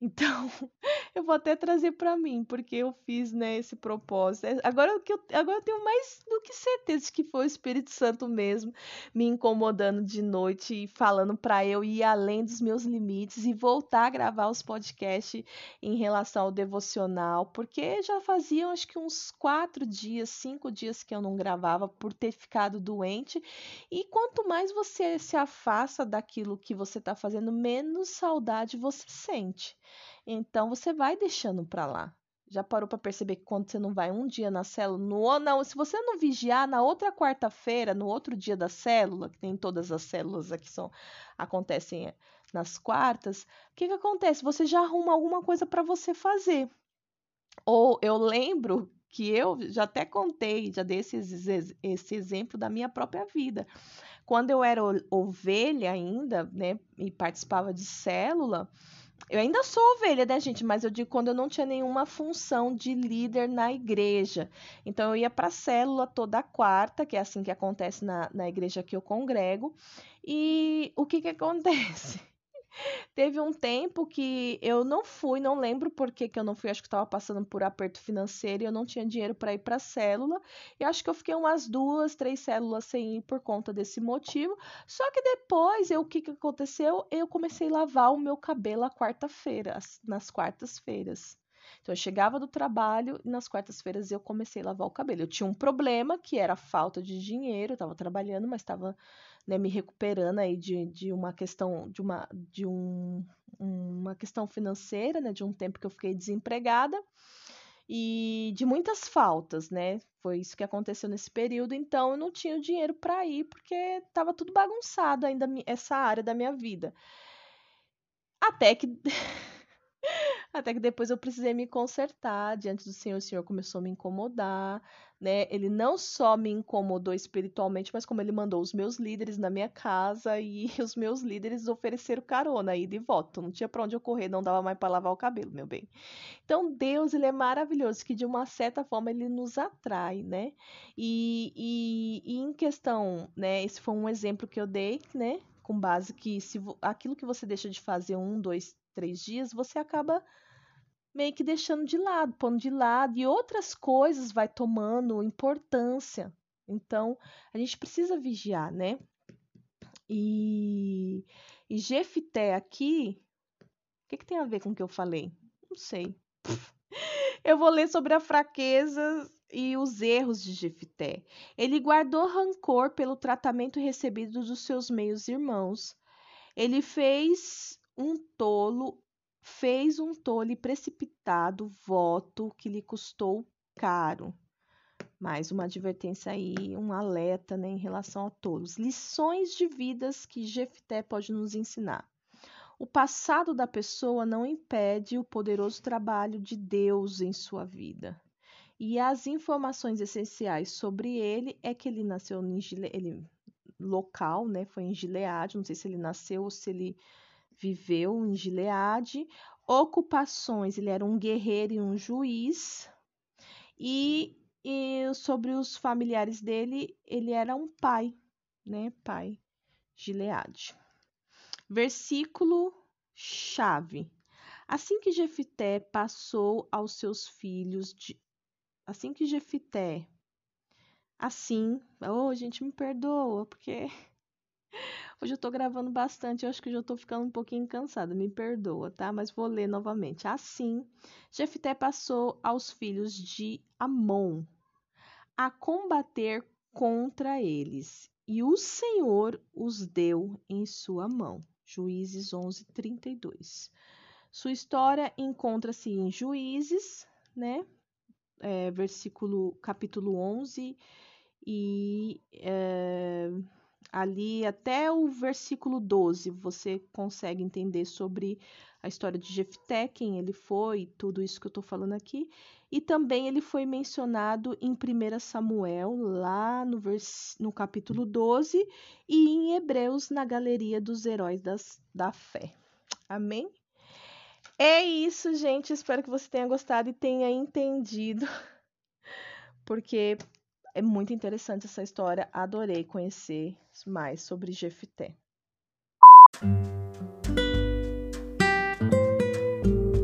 Então, eu vou até trazer para mim, porque eu fiz, né, esse propósito. Agora eu tenho mais do que certeza de que foi o Espírito Santo mesmo me incomodando de noite e falando para eu ir além dos meus limites e voltar a gravar os podcasts em relação ao devocional, porque já faziam acho que uns 4 dias, 5 dias que eu não gravava por ter ficado doente. E quanto mais você se afasta daquilo que você está fazendo, menos saudade você sente. Então você vai deixando pra lá. Já parou pra perceber que quando você não vai um dia na célula, se você não vigiar na outra quarta-feira, no outro dia da célula, que tem todas as células aqui acontecem nas quartas, o que que acontece? Você já arruma alguma coisa para você fazer. Ou eu lembro que eu já até contei, já dei esse exemplo da minha própria vida. Quando eu era ovelha ainda, né, e participava de célula, eu ainda sou ovelha, né, gente? Mas eu digo quando eu não tinha nenhuma função de líder na igreja. Então eu ia para a célula toda quarta, que é assim que acontece na igreja que eu congrego. E o que que acontece? Teve um tempo que eu não fui, não lembro por que que eu não fui, acho que estava passando por aperto financeiro e eu não tinha dinheiro para ir para a célula. E acho que eu fiquei umas 2, 3 células sem ir por conta desse motivo. Só que depois, o que que aconteceu? Eu comecei a lavar o meu cabelo nas quartas-feiras. Então, eu chegava do trabalho e nas quartas-feiras eu comecei a lavar o cabelo. Eu tinha um problema que era a falta de dinheiro, eu estava trabalhando, mas estava, né, me recuperando aí de uma questão uma questão financeira, né, de um tempo que eu fiquei desempregada e de muitas faltas, né? Foi isso que aconteceu nesse período, então eu não tinha o dinheiro para ir porque estava tudo bagunçado ainda essa área da minha vida. Até que Até que depois eu precisei me consertar diante do Senhor. O Senhor começou a me incomodar, né? Ele não só me incomodou espiritualmente, mas como ele mandou os meus líderes na minha casa e os meus líderes ofereceram carona aí de volta. Não tinha para onde eu correr, não dava mais para lavar o cabelo, meu bem. Então Deus, ele é maravilhoso, que de uma certa forma ele nos atrai, né? E em questão, né? Esse foi um exemplo que eu dei, né? Com base que aquilo que você deixa de fazer 1, 2, 3 dias, você acaba meio que deixando de lado, pondo de lado, e outras coisas vai tomando importância. Então, a gente precisa vigiar, né? E, e Jefité aqui, o que que tem a ver com o que eu falei? Não sei. Eu vou ler sobre a fraqueza e os erros de Jefité. Ele guardou rancor pelo tratamento recebido dos seus meios irmãos. Ele fez um tolo e precipitado voto que lhe custou caro. Mais uma advertência aí, um alerta, né, em relação a tolos. Lições de vidas que Jefté pode nos ensinar. O passado da pessoa não impede o poderoso trabalho de Deus em sua vida. E as informações essenciais sobre ele é que ele nasceu em local, né? Foi em Gileade, não sei se ele nasceu ou se ele viveu em Gileade. Ocupações, ele era um guerreiro e um juiz. E sobre os familiares dele, ele era um pai, né? Pai, Gileade. Versículo chave. Assim que Jefité passou aos seus filhos de... Assim que Jefité... Assim... Oh, gente, me perdoa, porque hoje eu tô gravando bastante, eu acho que já tô ficando um pouquinho cansada, me perdoa, tá? Mas vou ler novamente. Assim, Jefité passou aos filhos de Amon a combater contra eles, e o Senhor os deu em sua mão. Juízes 11:32. Sua história encontra-se em Juízes, né? Capítulo 11 e ali até o versículo 12 você consegue entender sobre a história de Jefté, quem ele foi, tudo isso que eu estou falando aqui. E também ele foi mencionado em 1 Samuel, lá no capítulo 12, e em Hebreus, na galeria dos heróis da fé. Amém? É isso, gente. Espero que você tenha gostado e tenha entendido, porque é muito interessante essa história. Adorei conhecer mais sobre Jefté.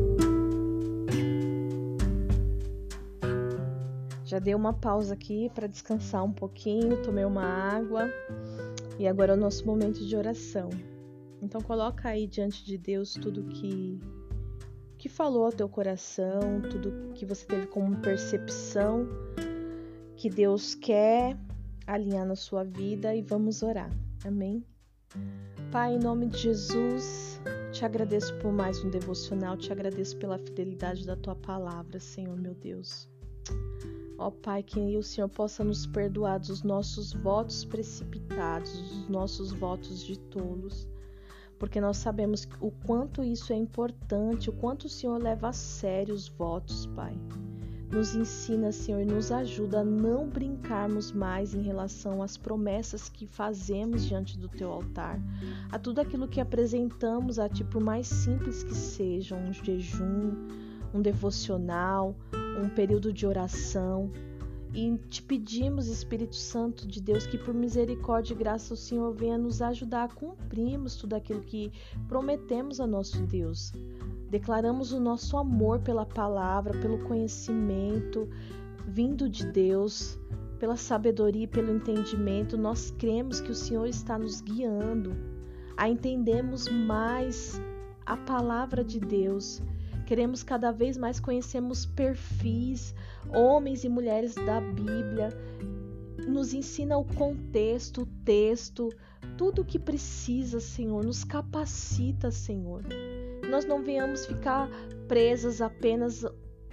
Já dei uma pausa aqui para descansar um pouquinho, tomei uma água e agora é o nosso momento de oração. Então coloca aí diante de Deus tudo que falou ao teu coração, tudo que você teve como percepção que Deus quer alinhar na sua vida e vamos orar. Amém? Pai, em nome de Jesus, te agradeço por mais um devocional, te agradeço pela fidelidade da tua palavra, Senhor meu Deus. Ó Pai, que o Senhor possa nos perdoar dos nossos votos precipitados, dos nossos votos de tolos, porque nós sabemos o quanto isso é importante, o quanto o Senhor leva a sério os votos, Pai. Nos ensina, Senhor, e nos ajuda a não brincarmos mais em relação às promessas que fazemos diante do Teu altar, a tudo aquilo que apresentamos a Ti, por mais simples que seja, um jejum, um devocional, um período de oração. E te pedimos, Espírito Santo de Deus, que por misericórdia e graça o Senhor venha nos ajudar a cumprirmos tudo aquilo que prometemos a nosso Deus. Declaramos o nosso amor pela palavra, pelo conhecimento vindo de Deus, pela sabedoria e pelo entendimento. Nós cremos que o Senhor está nos guiando a entendermos mais a palavra de Deus. Queremos cada vez mais conhecermos perfis, homens e mulheres da Bíblia. Nos ensina o contexto, o texto, tudo o que precisa, Senhor. Nos capacita, Senhor. Nós não venhamos ficar presas apenas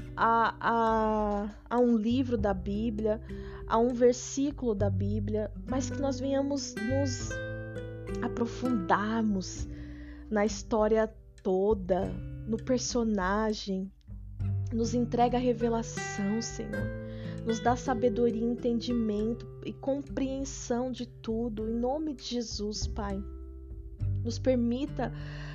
a um livro da Bíblia, a um versículo da Bíblia, mas que nós venhamos nos aprofundarmos na história toda, no personagem. Nos entrega a revelação, Senhor. Nos dá sabedoria, entendimento e compreensão de tudo. Em nome de Jesus, Pai. Nos permita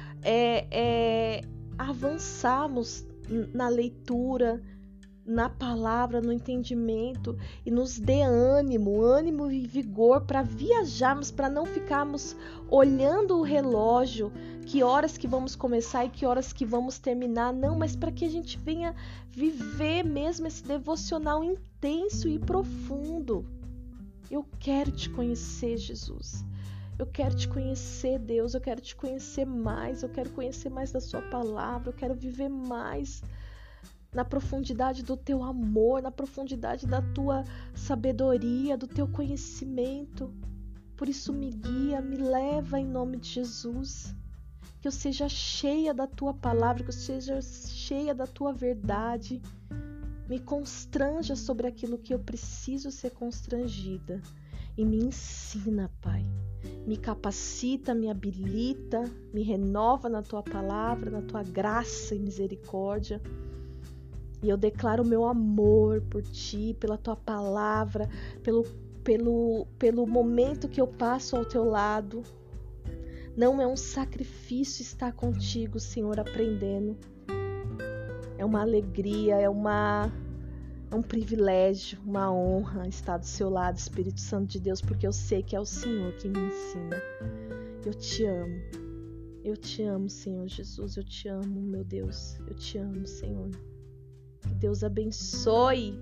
avançarmos na leitura, na palavra, no entendimento, e nos dê ânimo e vigor para viajarmos, para não ficarmos olhando o relógio, que horas que vamos começar e que horas que vamos terminar, não, mas para que a gente venha viver mesmo esse devocional intenso e profundo. Eu quero te conhecer, Jesus. Eu quero te conhecer, Deus. Eu quero te conhecer mais. Eu quero conhecer mais da sua palavra. Eu quero viver mais na profundidade do teu amor, na profundidade da tua sabedoria, do teu conhecimento. Por isso me guia, me leva em nome de Jesus. Que eu seja cheia da tua palavra, que eu seja cheia da tua verdade. Me constranja sobre aquilo que eu preciso ser constrangida. E me ensina, Pai. Me capacita, me habilita, me renova na tua palavra, na tua graça e misericórdia. E eu declaro o meu amor por ti, pela tua palavra, pelo momento que eu passo ao teu lado. Não é um sacrifício estar contigo, Senhor, aprendendo. É uma alegria, é um privilégio, uma honra estar do seu lado, Espírito Santo de Deus, porque eu sei que é o Senhor que me ensina. Eu te amo. Eu te amo, Senhor Jesus. Eu te amo, meu Deus. Eu te amo, Senhor. Que Deus abençoe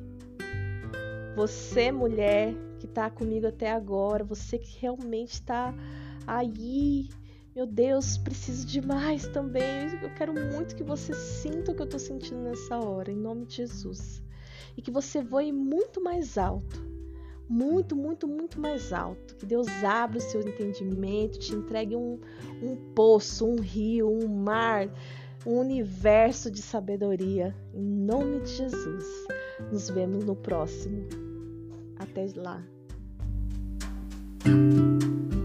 você, mulher, que está comigo até agora. Você que realmente está aí. Meu Deus, preciso demais também. Eu quero muito que você sinta o que eu estou sentindo nessa hora, em nome de Jesus. E que você voe muito mais alto. Muito, muito, muito mais alto. Que Deus abra o seu entendimento, te entregue um poço, um rio, um mar, um universo de sabedoria. Em nome de Jesus. Nos vemos no próximo. Até lá.